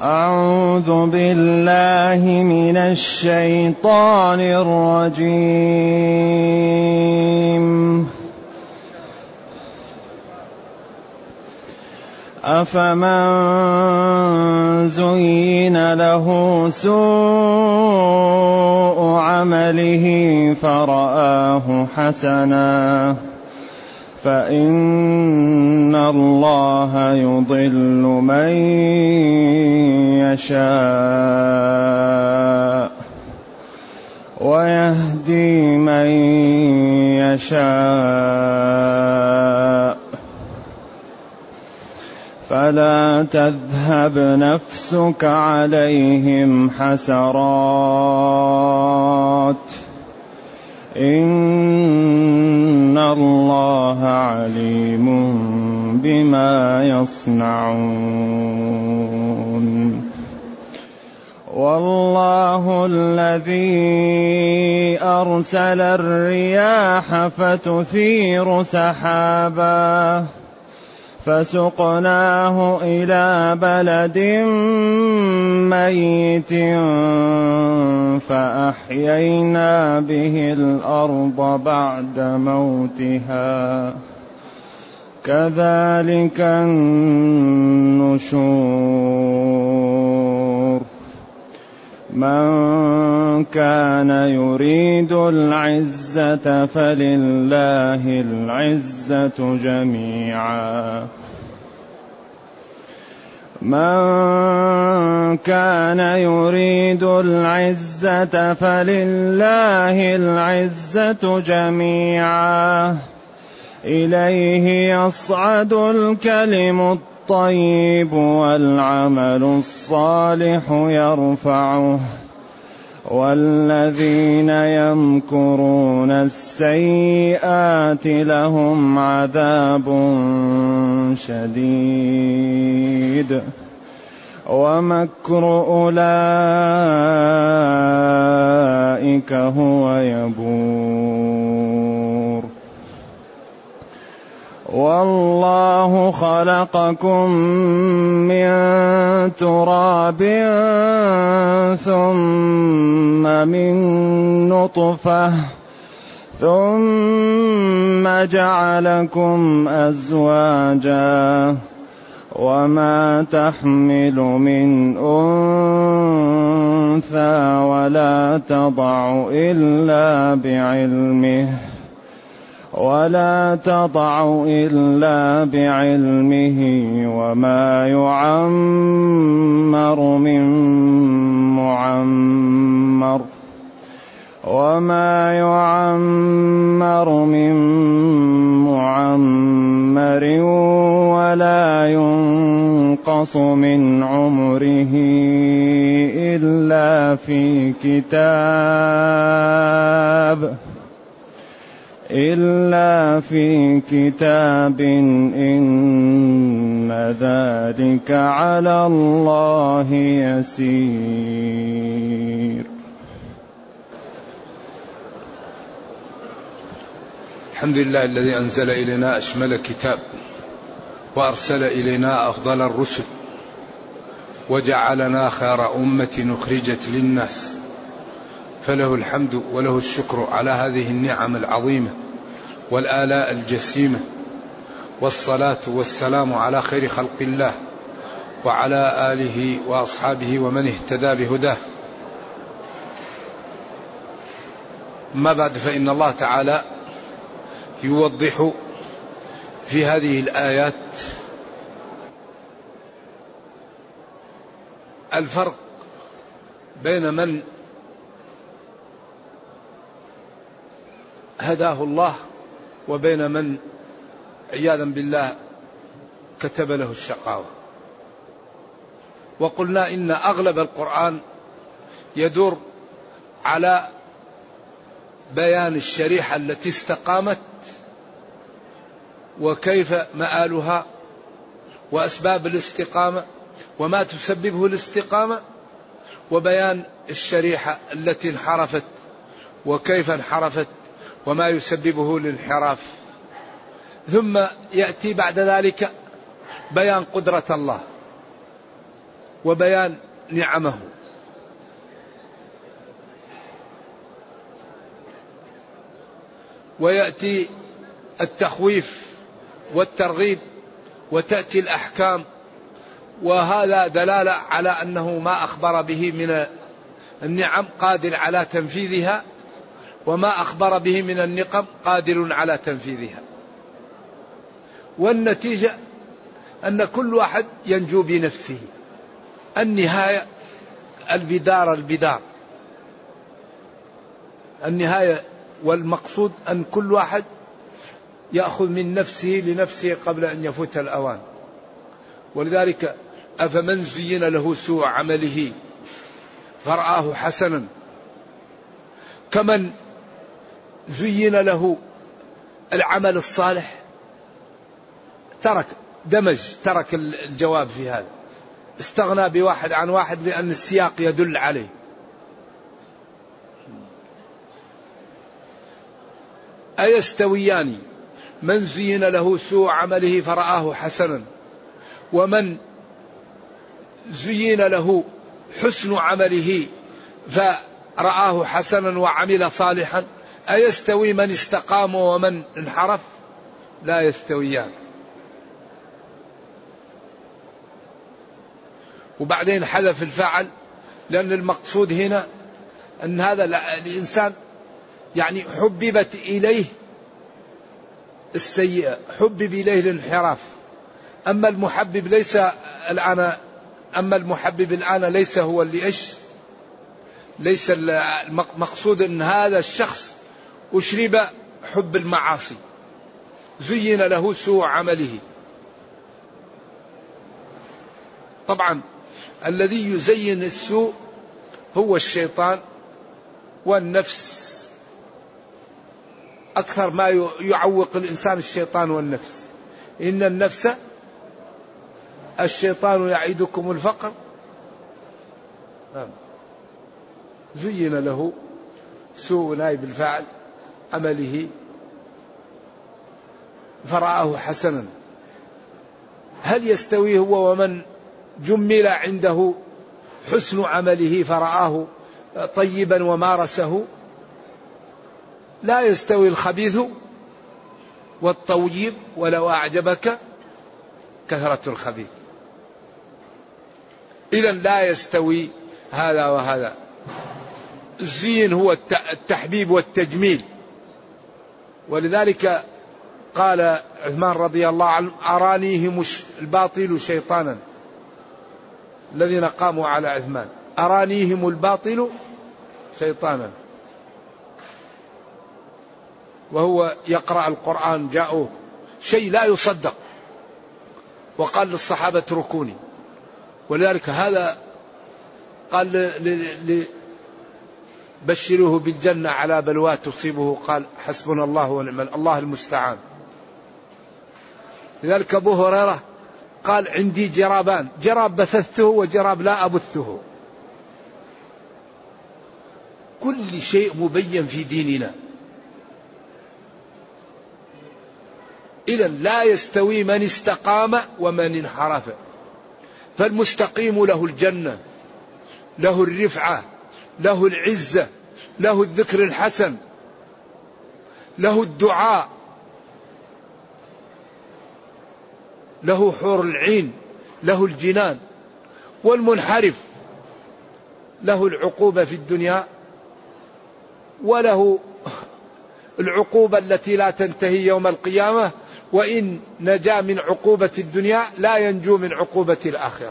أعوذ بالله من الشيطان الرجيم. أفمن زين له سوء عمله فرآه حسنا فإن الله يضل من يشاء ويهدي من يشاء فلا تذهب نفسك عليهم حسرات إن الله عليم بما يصنعون. والله الذي أرسل الرياح فتثير سحابا فسقناه إلى بلد ميت فأحيينا به الأرض بعد موتها كذلك النشور. من كان يريد العزة فلله العزة جميعا من كان يريد العزة فلله العزة جميعا إليه يصعد الكلم الطيب والعمل الصالح يرفعه والذين يمكرون السيئات لهم عذاب شديد ومكر أولئك هو يبور. والله خلقكم من تراب ثم من نطفة ثم جعلكم أزواجا وما تحمل من أنثى ولا تضع إلا بعلمه وما يعمر من معمر ولا ينقص من عمره إلا في كتاب إن ذلك على الله يسير. الحمد لله الذي أنزل إلينا أشمل كتاب وأرسل إلينا أفضل الرسل وجعلنا خير أمة أخرجت للناس فله الحمد وله الشكر على هذه النعم العظيمة والآلاء الجسيمة والصلاة والسلام على خير خلق الله وعلى آله وأصحابه ومن اهتدى بهداه. ما بعد فإن الله تعالى يوضح في هذه الآيات الفرق بين من هداه الله وبين من عياذا بالله كتب له الشقاوة. وقلنا إن أغلب القرآن يدور على بيان الشريعة التي استقامت وكيف مآلها وأسباب الاستقامة وما تسببه الاستقامة وبيان الشريعة التي انحرفت وكيف انحرفت وما يسببه الانحراف. ثم يأتي بعد ذلك بيان قدرة الله وبيان نعمه. ويأتي التخويف والترغيب وتأتي الأحكام، وهذا دلالة على أنه ما أخبر به من النعم قادر على تنفيذها، وما أخبر به من النقم قادر على تنفيذها. والنتيجة أن كل واحد ينجو بنفسه. النهاية البدار النهاية والمقصود أن كل واحد يأخذ من نفسه لنفسه قبل أن يفوت الأوان. ولذلك أفمن زين له سوء عمله فرآه حسنا كمن زين له العمل الصالح. ترك الجواب في هذا، استغنى بواحد عن واحد لأن السياق يدل عليه. أيستويان من زين له سوء عمله فرآه حسنا ومن زين له حسن عمله فرآه حسنا وعمل صالحا، أيستوي من استقام ومن انحرف؟ لا يستويان. وبعدين حذف الفاعل لأن المقصود هنا أن هذا الإنسان يعني حببت إليه السيئة، حبب إليه الانحراف. أما المحبب الآن ليس هو اللي ليس المقصود أن هذا الشخص أشرب حب المعاصي، زين له سوء عمله. طبعا الذي يزين السوء هو الشيطان والنفس، أكثر ما يعوق الإنسان الشيطان والنفس. إن النفس الشيطان يعيدكم الفقر زين له سوء نائب الفاعل عمله فرآه حسنا. هل يستوي هو ومن جمل عنده حسن عمله فرآه طيبا ومارسه؟ لا يستوي الخبيث والطيب ولو أعجبك كثرة الخبيث. إذن لا يستوي هذا وهذا. الزين هو التحبيب والتجميل. ولذلك قال عثمان رضي الله عنه أرانيهم الباطل شيطانا. الذين قاموا على عثمان أرانيهم الباطل شيطانا، وهو يقرأ القرآن جاءوه شيء لا يصدق، وقال للصحابة اتركوني. ولذلك هذا قال بشروه بالجنة على بلوى تصيبه، قال حسبنا الله ونعم الله المستعان. لذلك أبو هريرة قال عندي جرابان، جراب بثثته وجراب لا أبثه. كل شيء مبين في ديننا. إذن لا يستوي من استقام ومن انحرف. فالمستقيم له الجنة، له الرفعة، له العزة، له الذكر الحسن، له الدعاء، له حور العين، له الجنان. والمنحرف له العقوبة في الدنيا وله العقوبة التي لا تنتهي يوم القيامة، وإن نجا من عقوبة الدنيا لا ينجو من عقوبة الآخرة.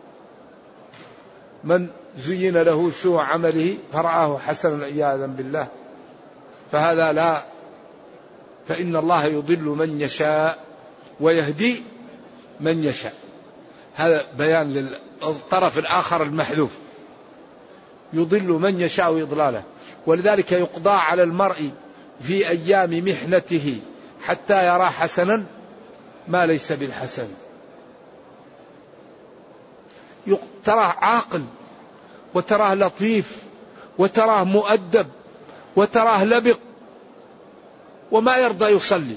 من زين له سوء عمله فرآه حسنا عياذا بالله، فهذا لا، فإن الله يضل من يشاء ويهدي من يشاء. هذا بيان للطرف الآخر المحذوف، يضل من يشاء إضلاله. ولذلك يقضى على المرء في أيام محنته حتى يرى حسنا ما ليس بالحسن. تراه عاقل، وتراه لطيف، وتراه مؤدب، وتراه لبق، وما يرضى يصلي.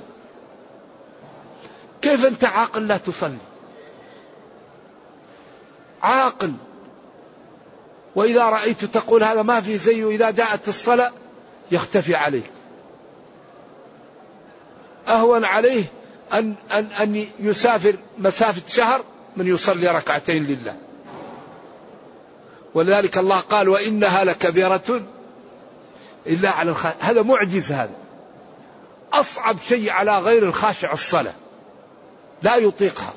كيف أنت عاقل لا تصلي؟ عاقل وإذا رأيت تقول هذا ما في زيه، إذا جاءت الصلاة يختفي عليك. أهون عليه أن يسافر مسافة شهر من يصلي ركعتين لله. ولذلك الله قال وإنها لكبيرة إلا على الخاشع. هذا معجز، هذا أصعب شيء على غير الخاشع الصلاة، لا يطيقها.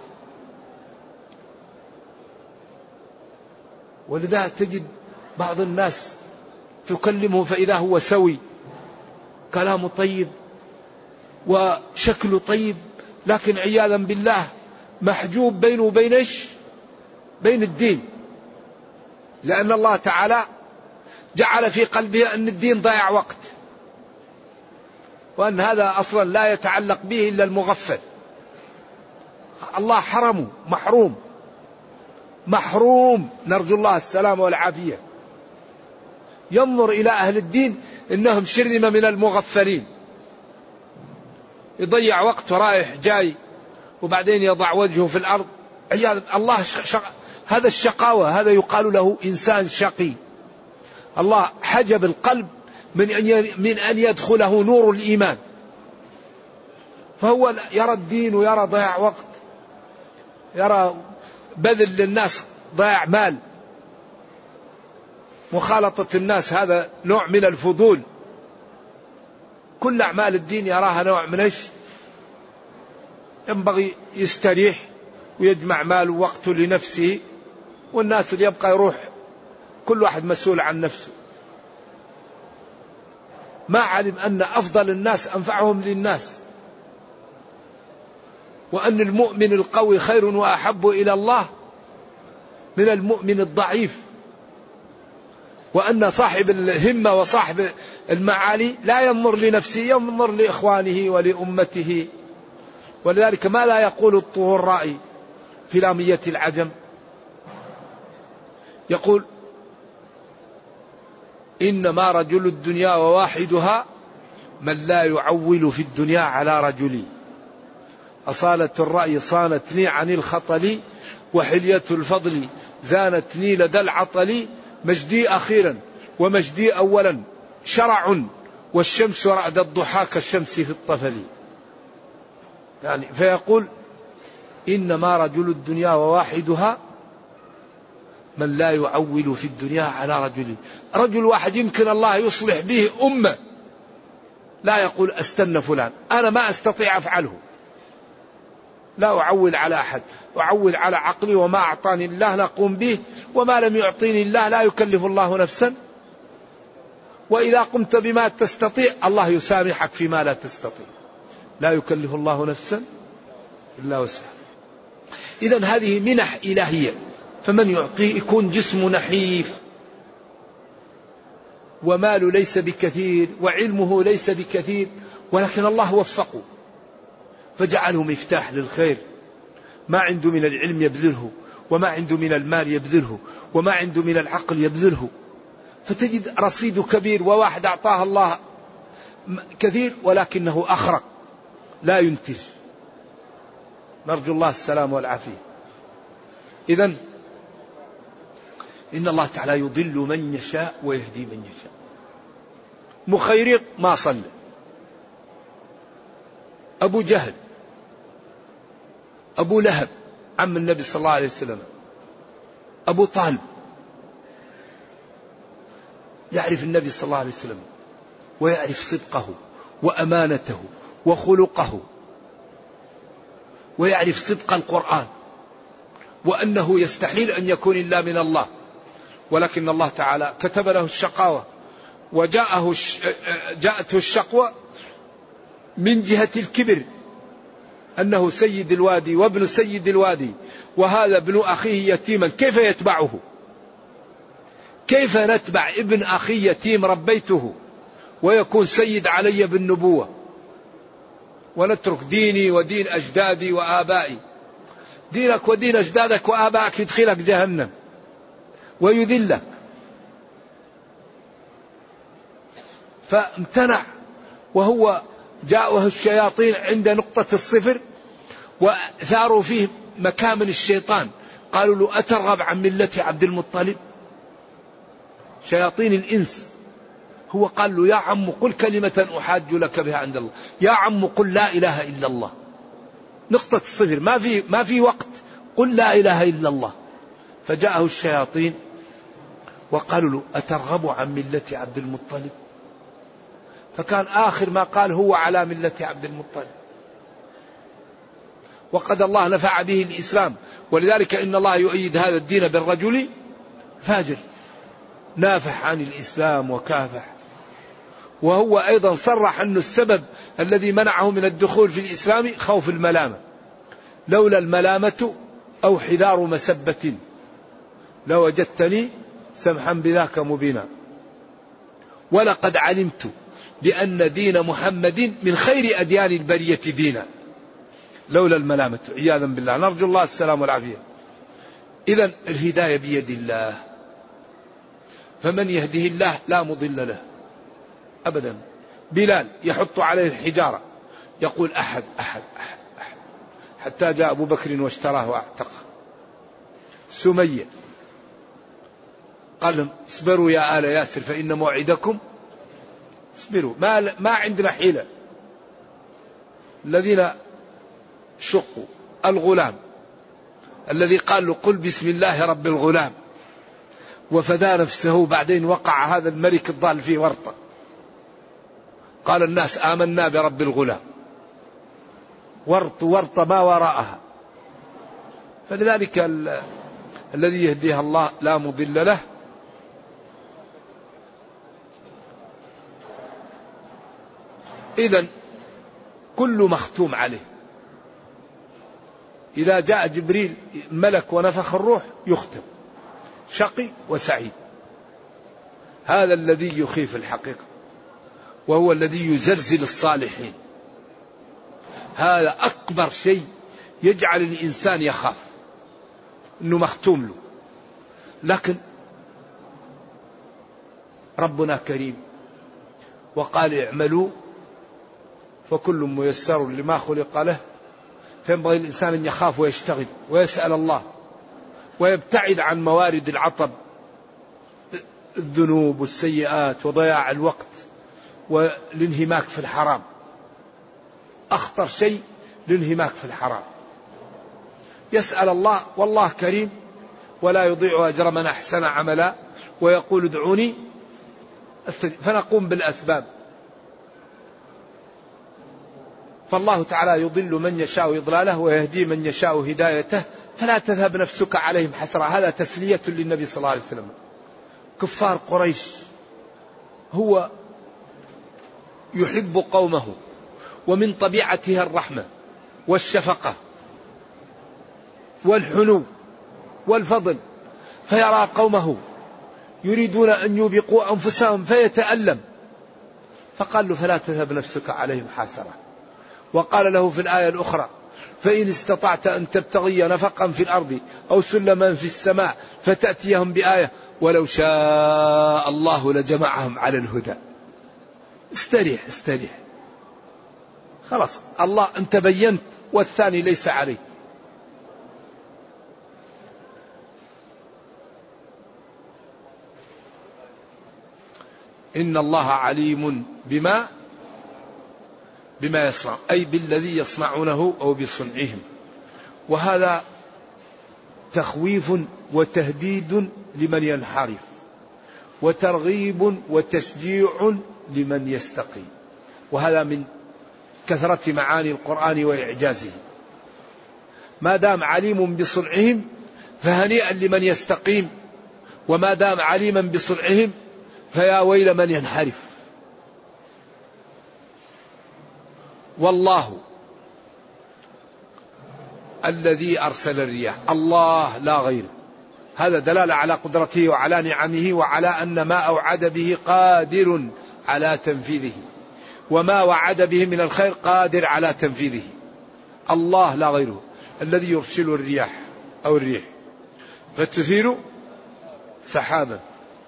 ولذا تجد بعض الناس تكلمه فإذا هو سوي، كلامه طيب وشكله طيب، لكن عياذا بالله محجوب بينه وبين ايش؟ بين الدين. لأن الله تعالى جعل في قلبه أن الدين ضيع وقت، وأن هذا أصلا لا يتعلق به إلا المغفل. الله حرمه، محروم، نرجو الله السلامة والعافية. ينظر إلى أهل الدين إنهم شرذمة من المغفلين، يضيع وقت رايح جاي وبعدين يضع وجهه في الأرض. عياذ الله، هذا الشقاوة، هذا يقال له إنسان شقي. الله حجب القلب من أن يدخله نور الإيمان، فهو يرى الدين ويرى ضياع وقت، يرى بذل للناس، ضياع مال، مخالطة الناس، هذا نوع من الفضول. كل أعمال الدين يراها نوع من ايش؟ ينبغي يستريح ويجمع ماله ووقته لنفسه، والناس اللي يبقى يروح كل واحد مسؤول عن نفسه. ما علم أن أفضل الناس أنفعهم للناس، وأن المؤمن القوي خير وأحب إلى الله من المؤمن الضعيف، وأن صاحب الهمة وصاحب المعالي لا ينظر لنفسه، ينظر لإخوانه ولأمته. ولذلك ما لا يقول الطهور الرائي في لامية العجم، يقول إنما رجل الدنيا وواحدها من لا يعول في الدنيا على رجلي. أصالة الرأي صانتني عن الخطل، وحلية الفضل زانتني لدى العطل. مجدي أخيرا ومجدي أولا شرع، والشمس رعد الضحى كالشمس في الطفل. يعني فيقول إنما رجل الدنيا وواحدها من لا يعول في الدنيا على رجل. رجل واحد يمكن الله يصلح به أمة، لا يقول أستنى فلان، أنا ما أستطيع أفعله، لا أعول على أحد، أعول على عقلي، وما أعطاني الله نقوم به، وما لم يعطيني الله لا يكلف الله نفسا. وإذا قمت بما تستطيع الله يسامحك فيما لا تستطيع، لا يكلف الله نفسا إلا وسعها. إذن هذه منح إلهية، فمن يعطيه يكون جسمه نحيف، وماله ليس بكثير، وعلمه ليس بكثير، ولكن الله وفقه فجعله مفتاح للخير. ما عنده من العلم يبذله، وما عنده من المال يبذله، وما عنده من العقل يبذله، فتجد رصيده كبير. وواحد أعطاه الله كثير ولكنه أخرق لا ينتج. نرجو الله السلام والعافية. إذن إن الله تعالى يضل من يشاء ويهدي من يشاء. مخيرق ما صلى، أبو جهل، أبو لهب عم النبي صلى الله عليه وسلم، أبو طالب، يعرف النبي صلى الله عليه وسلم ويعرف صدقه وأمانته وخلقه، ويعرف صدق القرآن، وأنه يستحيل أن يكون إلا من الله، ولكن الله تعالى كتب له الشقاوة، جاءته الشقوة من جهة الكبر، أنه سيد الوادي وابن سيد الوادي، وهذا ابن أخيه يتيما، كيف يتبعه؟ كيف نتبع ابن أخي يتيم ربيته ويكون سيد علي بالنبوة، ونترك ديني ودين أجدادي وآبائي؟ دينك ودين أجدادك وآبائك يدخلك جهنم ويذلك. فامتنع، وهو جاءه الشياطين عند نقطة الصفر وثاروا فيه مكامن الشيطان، قالوا له أترغب عن ملة عبد المطلب؟ شياطين الإنس. هو قال له: يا عم قل كلمة أحاج لك بها عند الله، يا عم قل لا إله إلا الله، نقطة الصفر، ما في وقت، قل لا إله إلا الله. فجاءه الشياطين وقالوا له: أترغب عن ملة عبد المطلب؟ فكان آخر ما قال: هو على ملة عبد المطلب. وقد الله نفع به الإسلام، ولذلك إن الله يؤيد هذا الدين بالرجل فاجر نافح عن الإسلام وكافح. وهو أيضا صرح أن السبب الذي منعه من الدخول في الإسلام خوف الملامة، لولا الملامة أو حذار مسبة لوجدتني سمحا بذاك مبينا. ولقد علمت بأن دين محمد من خير أديان البرية دينا، لولا الملامة، عياذا بالله، نرجو الله السلام والعافية. إذن الهداية بيد الله، فمن يهده الله لا مضل له أبدا. بلال يحط عليه الحجارة يقول: أحد أحد أحد أحد، حتى جاء أبو بكر واشتراه واعتقه. سمية قال لهم: اصبروا يا آل ياسر فإن موعدكم، اصبروا، ما عندنا حيلة. الذين شقوا الغلام الذي قال له: قل بسم الله رب الغلام، وفدى نفسه، بعدين وقع هذا الملك الضال في ورطة، قال الناس: آمنا برب الغلام، ورطة ما وراءها. فلذلك الذي يهديها الله لا مضل له. إذن كل مختوم عليه، إذا جاء جبريل ملك ونفخ الروح يختم، شقي وسعيد. هذا الذي يخيف الحقيقة، وهو الذي يزلزل الصالحين. هذا أكبر شيء يجعل الإنسان يخاف، أنه مختوم له. لكن ربنا كريم وقال: اعملوا فكل ميسر لما خلق له. فينبغي الإنسان أن يخاف ويشتغل ويسأل الله، ويبتعد عن موارد العطب، الذنوب والسيئات وضياع الوقت والانهماك في الحرام. أخطر شيء الانهماك في الحرام. يسأل الله، والله كريم ولا يضيع أجر من أحسن عملا، ويقول: ادعوني فنقوم بالأسباب. فالله تعالى يضل من يشاء إضلاله ويهدي من يشاء هدايته، فلا تذهب نفسك عليهم حسرة. هذا تسلية للنبي صلى الله عليه وسلم. كفار قريش هو يحب قومه، ومن طبيعته الرحمة والشفقة والحنو والفضل، فيرى قومه يريدون أن يوبقوا أنفسهم فيتألم، فقال له: فلا تذهب نفسك عليهم حسرة. وقال له في الآية الأخرى: فإن استطعت أن تبتغي نفقا في الأرض أو سلما في السماء فتأتيهم بآية ولو شاء الله لجمعهم على الهدى. استريح استريح، خلاص، الله أنت بينت والثاني ليس عليه. إن الله عليم بما يصنع، أي بالذي يصنعونه أو بصنعهم. وهذا تخويف وتهديد لمن ينحرف، وترغيب وتشجيع لمن يستقيم. وهذا من كثرة معاني القرآن وإعجازه. ما دام عليم بصنعهم فهنيئا لمن يستقيم، وما دام عليما بصنعهم فيا ويل من ينحرف. والله الذي أرسل الرياح، الله لا غيره. هذا دلالة على قدرته وعلى نعمه، وعلى أن ما أوعد به قادر على تنفيذه، وما وعد به من الخير قادر على تنفيذه. الله لا غيره الذي يرسل الرياح أو الريح فتثير سحابا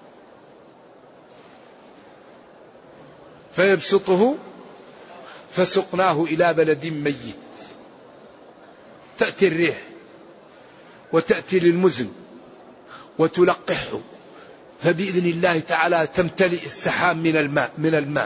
فيبسطه فسقناه إلى بلد ميت. تأتي الريح وتأتي للمزن وتلقحه فبإذن الله تعالى تمتلئ السحاب من الماء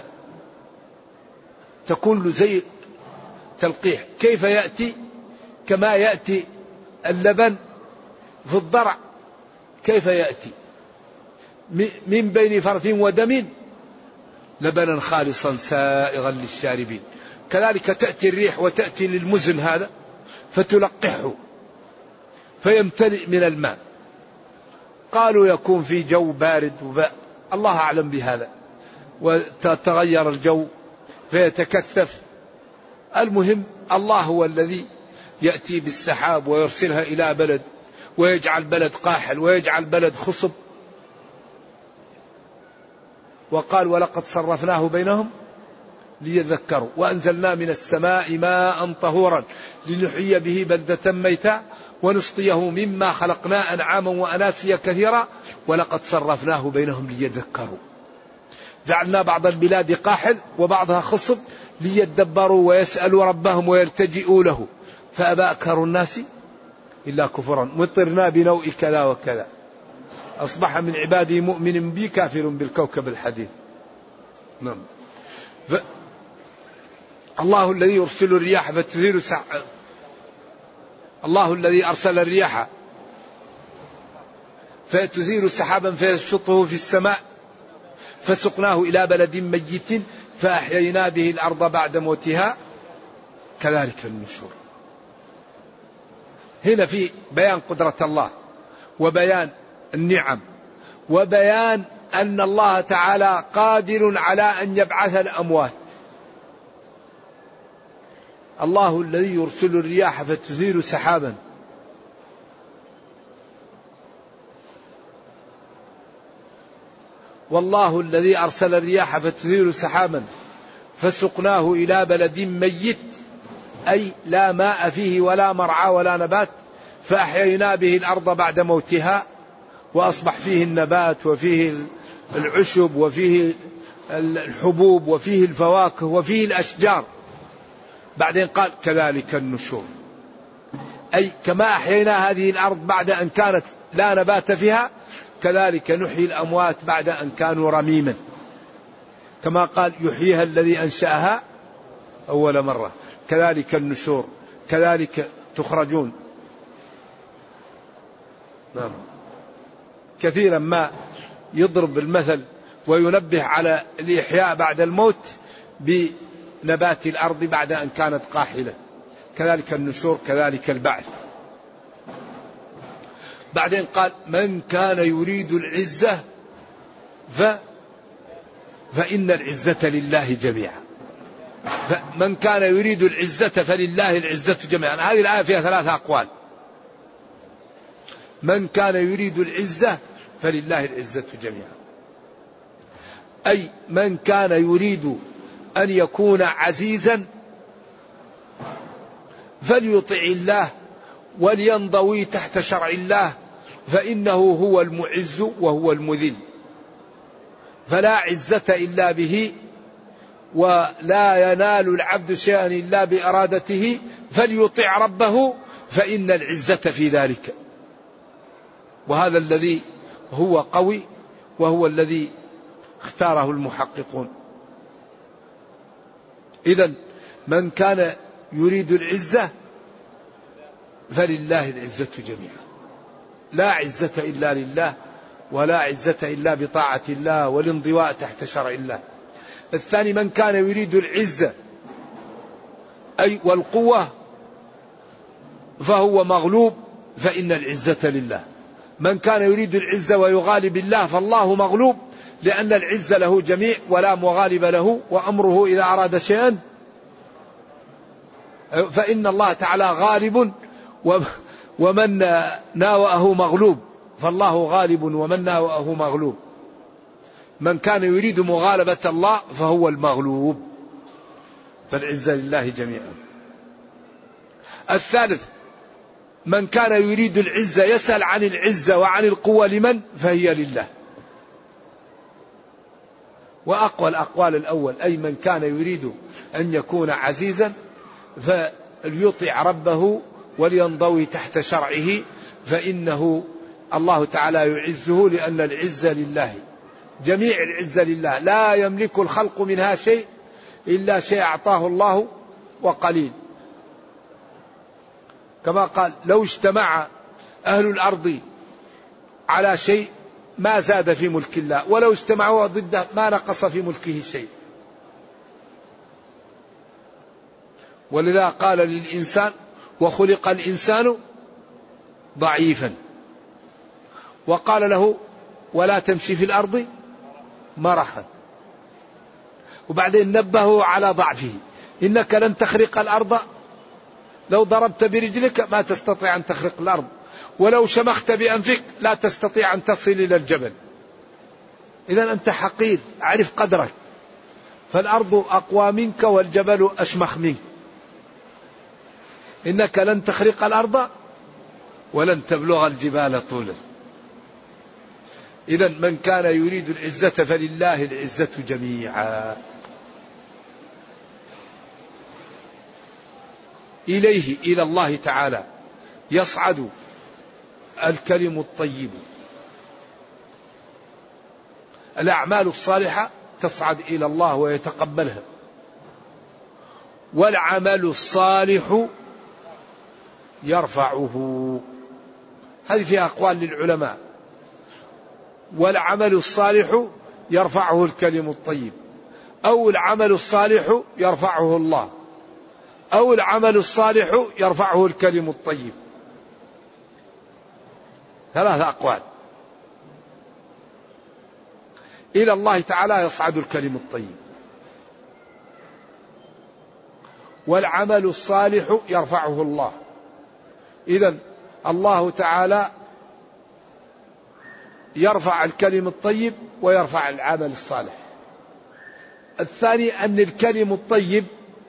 تكون له زي تلقيح. كيف يأتي؟ كما يأتي اللبن في الضرع، كيف يأتي من بين فرث ودم لبنا خالصا سائغا للشاربين. كذلك تأتي الريح وتأتي للمزن هذا فتلقحه فيمتلئ من الماء. قالوا يكون في جو بارد الله أعلم بهذا، وتتغير الجو فيتكثف. المهم الله هو الذي يأتي بالسحاب ويرسلها إلى بلد ويجعل بلد قاحل ويجعل بلد خصب. وقال ولقد صرفناه بينهم ليذكروا وأنزلنا من السماء ماء طهورا لنحيي به بلدة ميتا ونسقيه مما خلقنا أنعاما وأناسيا كثيرا ولقد صرفناه بينهم ليذكروا. جعلنا بعض البلاد قاحل وبعضها خصب ليدبروا ويسألوا ربهم ويلتجئوا له فأبى أكثر الناس إلا كفرا مطرنا بنوء كذا وكذا أصبح من عبادي مؤمن بي كافر بالكوكب الحديث. نعم. الله الذي يرسل الرياح فتثير الله الذي أرسل الرياح فتثير سحابا فيسقطه في السماء فسقناه إلى بلد ميت فأحيينا به الأرض بعد موتها كذلك النشور. هنا في بيان قدرة الله وبيان النعم وبيان أن الله تعالى قادر على أن يبعث الأموات. الله الذي يرسل الرياح فتثير سحابا والله الذي أرسل الرياح فتثير سحابا فسقناه إلى بلد ميت أي لا ماء فيه ولا مرعى ولا نبات فأحيينا به الأرض بعد موتها وأصبح فيه النبات وفيه العشب وفيه الحبوب وفيه الفواكه وفيه الأشجار. بعدين قال كذلك النشور أي كما أحيينا هذه الأرض بعد أن كانت لا نبات فيها كذلك نحيي الأموات بعد أن كانوا رميما كما قال يحييها الذي أنشأها أول مرة كذلك النشور كذلك تخرجون. نعم. كثيرا ما يضرب المثل وينبه على الإحياء بعد الموت بنبات الأرض بعد أن كانت قاحلة كذلك النشور كذلك البعث. بعدين قال من كان يريد العزة فإن العزة لله جميعا. من كان يريد العزة فلله العزة جميعا. هذه الآية فيها 3 أقوال. من كان يريد العزة فلله العزة جميعا أي من كان يريد أن يكون عزيزا فليطع الله ولينضوي تحت شرع الله فإنه هو المعز وهو المذل فلا عزة إلا به ولا ينال العبد شيئا إلا بإرادته فليطع ربه فإن العزة في ذلك. وهذا الذي هو قوي وهو الذي اختاره المحققون. إذن من كان يريد العزة فلله العزة جميعا. لا عزة إلا لله ولا عزة إلا بطاعة الله والانضواء تحت شرع الله. الثاني من كان يريد العزة أي والقوة فهو مغلوب فإن العزة لله. من كان يريد العزة ويغالب الله فالله مغلوب لأن العزة له جميع ولا مغالب له وأمره إذا أراد شيئا فإن الله تعالى غالب ومن ناوأه مغلوب فالله غالب ومن ناوأه مغلوب. من كان يريد مغالبة الله فهو المغلوب فالعزة لله جميعا. الثالث من كان يريد العزة يسأل عن العزة وعن القوة لمن فهي لله. وأقوى الأقوال الأول أي من كان يريد أن يكون عزيزا فليطع ربه ولينضوي تحت شرعه فإنه الله تعالى يعزه لأن العزة لله، جميع العزة لله، لا يملك الخلق منها شيء إلا شيء أعطاه الله وقليل. كما قال لو اجتمع أهل الأرض على شيء ما زاد في ملك الله، ولو اجتمعوا ضده ما نقص في ملكه شيء. ولذا قال للإنسان وخلق الإنسان ضعيفا، وقال له ولا تمشي في الأرض مرحا، وبعدين نبهه على ضعفه، إنك لن تخرق الأرض لو ضربت برجلك ما تستطيع أن تخرق الأرض، ولو شمخت بأنفك لا تستطيع أن تصل إلى الجبل. إذا أنت حقير، أعرف قدرك، فالأرض أقوى منك والجبل أشمخ منك. إنك لن تخرق الأرض ولن تبلغ الجبال طولا. إذا من كان يريد العزة فلله العزة جميعا. إلى الله تعالى يصعد الكلم الطيب، الأعمال الصالحة تصعد إلى الله ويتقبلها، والعمل الصالح يرفعه. هذه فيها أقوال للعلماء. والعمل الصالح يرفعه الكلم الطيب، أو العمل الصالح يرفعه الله، أو العمل الصالح يرفعه الكلم الطيب. ثلاثة أقوال. إلى الله تعالى يصعد الكلم الطيب، والعمل الصالح يرفعه الله. إذن الله تعالى يرفع الكلم الطيب ويرفع العمل الصالح. الثاني أن الكلم الطيب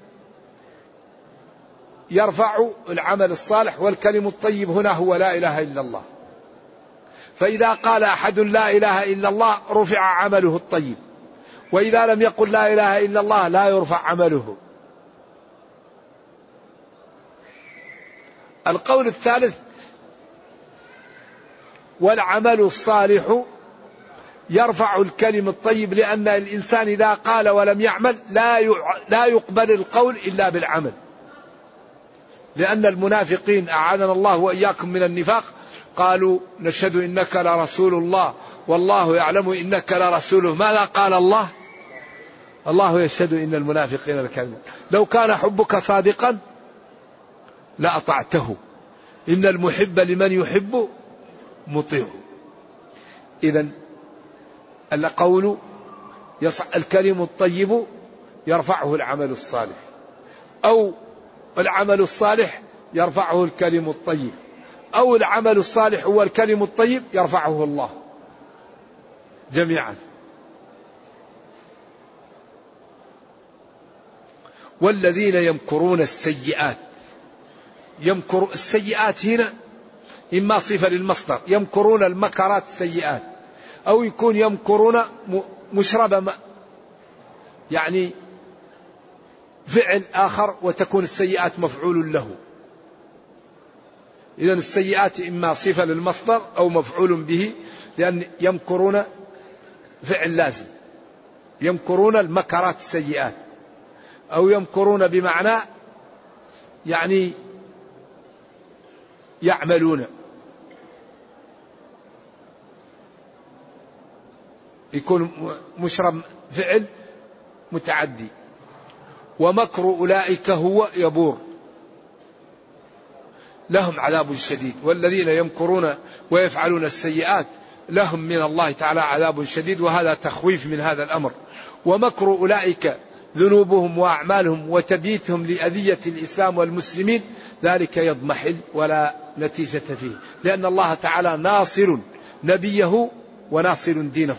يرفع العمل الصالح، والكلم الطيب هنا هو لا إله إلا الله. فإذا قال أحد لا إله إلا الله رفع عمله الطيب، وإذا لم يقل لا إله إلا الله لا يرفع عمله. القول الثالث والعمل الصالح يرفع الكلم الطيب، لأن الإنسان إذا قال ولم يعمل لا يقبل القول إلا بالعمل. لأن المنافقين أعاذنا الله وإياكم من النفاق قالوا نشهد إنك لرسول الله والله يعلم إنك لرسوله. ماذا قال الله؟ الله يشهد إن المنافقين لكاذبون. لو كان حبك صادقا لأطعته، إن المحب لمن يحب مطيع. إذن القول الكلم الطيب يرفعه العمل الصالح، أو العمل الصالح يرفعه الكلم الطيب، أو العمل الصالح والكلم الطيب يرفعه الله جميعا. والذين يمكرون السيئات، يمكر السيئات هنا إما صفة للمصدر، يمكرون المكرات السيئات، أو يكون يمكرون مشربة يعني فعل آخر وتكون السيئات مفعول له. إذن السيئات إما صفة للمصدر أو مفعول به، لأن يمكرون فعل لازم، يمكرون المكرات السيئات، أو يمكرون بمعنى يعني يعملون، يكون مشرب فعل متعدي. ومكر أولئك هو يبور، لهم عذاب شديد. والذين يمكرون ويفعلون السيئات لهم من الله تعالى عذاب شديد، وهذا تخويف من هذا الأمر. ومكر أولئك ذنوبهم وأعمالهم وتبييتهم لأذية الإسلام والمسلمين، ذلك يضمحل ولا نتيجة فيه، لأن الله تعالى ناصر نبيه وناصر دينه.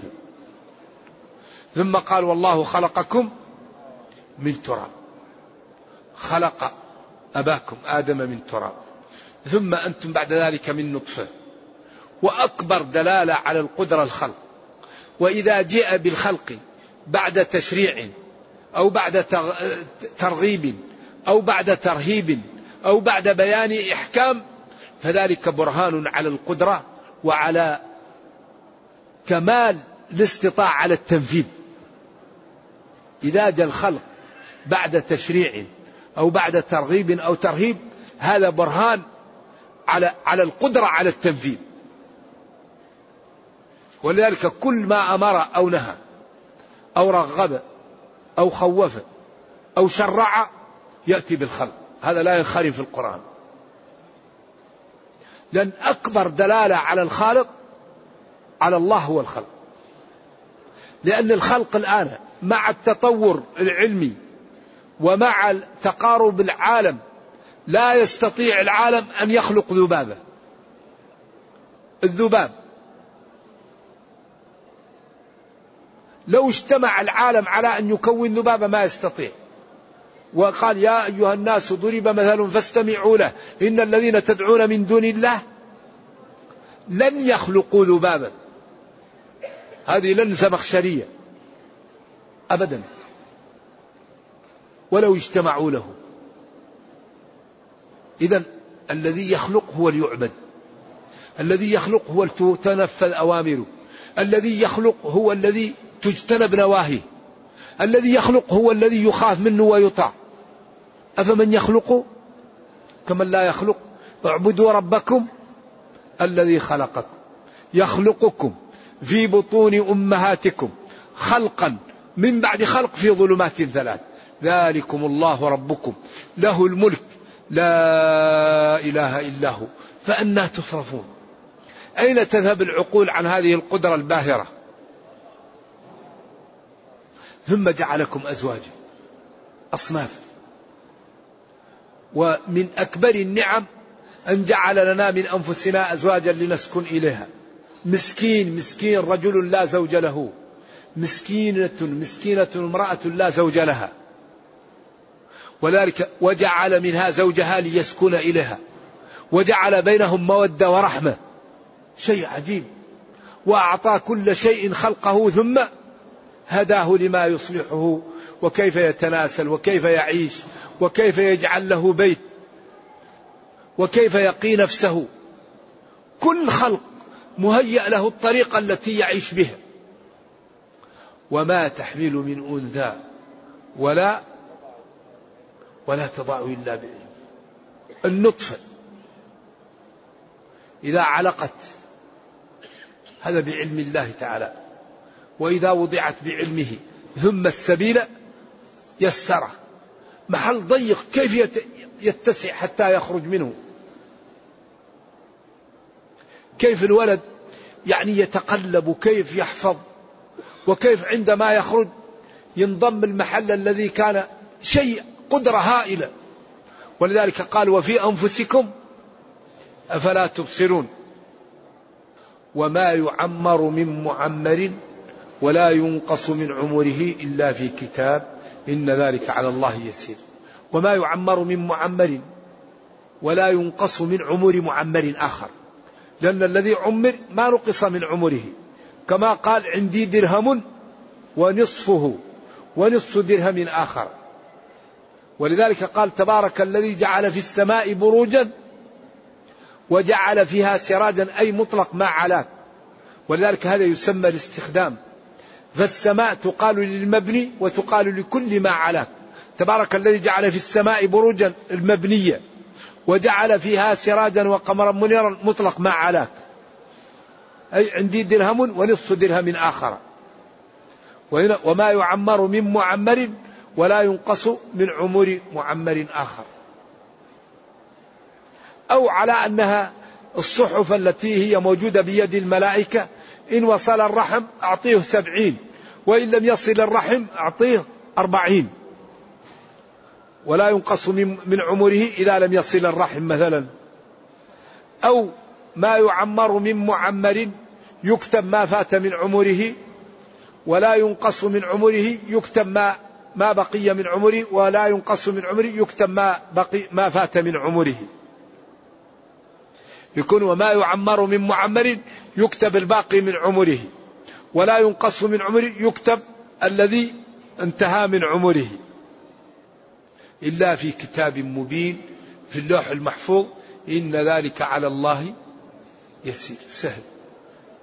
ثم قال والله خلقكم من تراب، خلق أباكم آدم من تراب، ثم أنتم بعد ذلك من نطفة. وأكبر دلالة على القدرة الخلق. وإذا جاء بالخلق بعد تشريع أو بعد ترغيب أو بعد ترهيب أو بعد بيان إحكام، فذلك برهان على القدرة وعلى كمال الاستطاعة على التنفيذ. إذا جاء الخلق بعد تشريع أو بعد ترغيب أو ترهيب هذا برهان على القدرة على التنفيذ. ولذلك كل ما أمر أو نهى أو رغب أو خوف أو شرع يأتي بالخلق، هذا لا ينخرم في القرآن. لأن أكبر دلالة على الخالق على الله هو الخلق، لأن الخلق الآن مع التطور العلمي ومع تقارب العالم لا يستطيع العالم أن يخلق ذبابة. الذباب لو اجتمع العالم على أن يكون ذبابة ما يستطيع. وقال يا أيها الناس ضرب مثل فاستمعوا له إن الذين تدعون من دون الله لن يخلقوا ذبابا. هذه لن زمخشرية أبدا ولو اجتمعوا له. إذن الذي يخلق هو ليعبد، الذي يخلق هو تنفذ أوامره، الذي يخلق هو الذي تجتنب نواهيه، الذي يخلق هو الذي يخاف منه ويطاع. أفمن يخلق كمن لا يخلق. اعبدوا ربكم الذي خلقكم يخلقكم في بطون أمهاتكم خلقا من بعد خلق في ظلمات ثلاث ذلكم الله ربكم له الملك لا إله إلا هو فأنى تصرفون. أين تذهب العقول عن هذه القدرة الباهرة؟ ثم جعلكم أزواجا أصناف. ومن أكبر النعم أن جعل لنا من أنفسنا أزواجا لنسكن إليها. مسكين رجل لا زوج له، مسكينة امرأة لا زوج لها، ولذلك وجعل منها زوجها ليسكن إليها وجعل بينهم مودة ورحمة. شيء عجيب. وأعطى كل شيء خلقه ثم هداه لما يصلحه وكيف يتناسل وكيف يعيش وكيف يجعل له بيت وكيف يقي نفسه. كل خلق مهيأ له الطريقة التي يعيش بها. وما تحمل من أنثى ولا تضع إلا بعلم. النطفة إذا علقت هذا بعلم الله تعالى، وإذا وضعت بعلمه ثم السبيل يسره. محل ضيق كيف يتسع حتى يخرج منه. كيف الولد يعني يتقلب، كيف يحفظ، وكيف عندما يخرج ينضم المحل الذي كان شيء قدرة هائلة. ولذلك قال وفي أنفسكم أفلا تبصرون. وما يعمر من معمر ولا ينقص من عمره إلا في كتاب إن ذلك على الله يسير. وما يعمر من معمر ولا ينقص من عمر معمر آخر، لأن الذي عمر ما نقص من عمره. كما قال عندي درهم ونصفه ونصف درهم آخر. ولذلك قال تبارك الذي جعل في السماء بروجا وجعل فيها سراجا أي مطلق ما علاك. ولذلك هذا يسمى الاستخدام. فالسماء تقال للمبني وتقال لكل ما علاك. تبارك الذي جعل في السماء بروجا المبنية وجعل فيها سراجا وقمرا منيرا مطلق ما علاك، أي عندي درهم ونصف درهم آخر. وما يعمر من معمر ولا ينقص من عمر معمر آخر. أو على أنها الصحف التي هي موجودة بيد الملائكة إن وصل الرحم أعطيه 70 وإن لم يصل الرحم أعطيه 40 ولا ينقص من عمره إذا لم يصل الرحم مثلا. أو ما يعمر من معمر يكتب ما فات من عمره ولا ينقص من عمره يكتب ما بقي من عمره ولا ينقص من عمره يكتب ما فات من عمره. يكون وما يعمر من معمر يكتب الباقي من عمره ولا ينقص من عمره يكتب الذي انتهى من عمره إلا في كتاب مبين في اللوح المحفوظ إن ذلك على الله يسير سهل.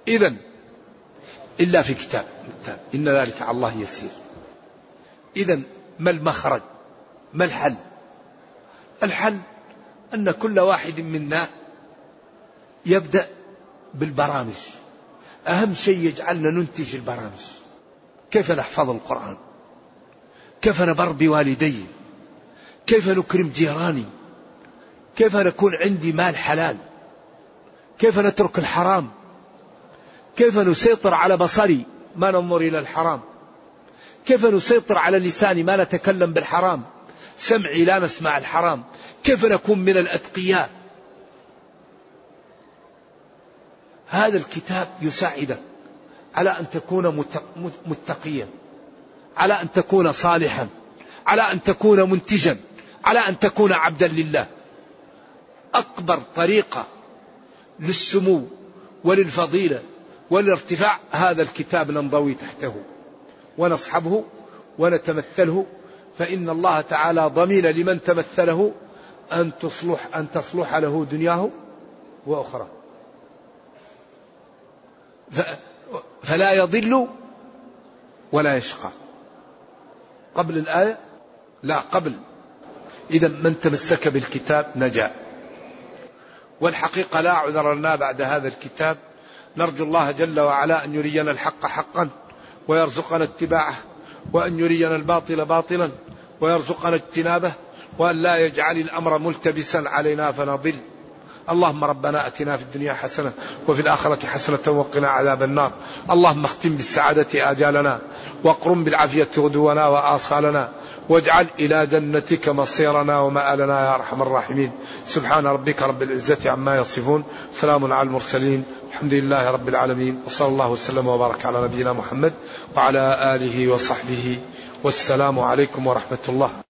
إذن إلا في كتاب إن ذلك على الله يسير. إذن ما المخرج؟ ما الحل؟ الحل أن كل واحد منا يبدأ بالبرامج. أهم شيء يجعلنا ننتج البرامج. كيف نحفظ القرآن؟ كيف نبر بوالدي؟ كيف نكرم جيراني؟ كيف نكون عندي مال حلال؟ كيف نترك الحرام؟ كيف نسيطر على بصري ما ننظر إلى الحرام؟ كيف نسيطر على لساني ما نتكلم بالحرام؟ سمعي لا نسمع الحرام؟ كيف نكون من الأتقياء؟ هذا الكتاب يساعدك على أن تكون متقيا، على أن تكون صالحا، على أن تكون منتجا، على أن تكون عبدا لله. أكبر طريقة للسمو وللفضيلة والارتفاع هذا الكتاب ننضوي تحته ونصحبه ونتمثله، فإن الله تعالى ضمين لمن تمثله أن تصلح له دنياه وأخرى، فلا يضل ولا يشقى. قبل الآية؟ لا، قبل. إذا من تمسك بالكتاب نجا. والحقيقة لا عذر لنا بعد هذا الكتاب. نرجو الله جل وعلا أن يرينا الحق حقا ويرزقنا اتباعه، وأن يرينا الباطل باطلا ويرزقنا اجتنابه، وأن لا يجعل الأمر ملتبسا علينا فنضل. اللهم ربنا أتنا في الدنيا حسنة وفي الآخرة حسنة وقنا عذاب النار. اللهم اختم بالسعادة آجالنا واقرم بالعافية غدونا وآصالنا، واجعل إلى جنتك مصيرنا ومآلنا يا أرحم الراحمين. سبحان ربك رب العزة عما يصفون، سلام على المرسلين، الحمد لله رب العالمين، وصلى الله وسلم وبارك على نبينا محمد وعلى آله وصحبه، والسلام عليكم ورحمة الله.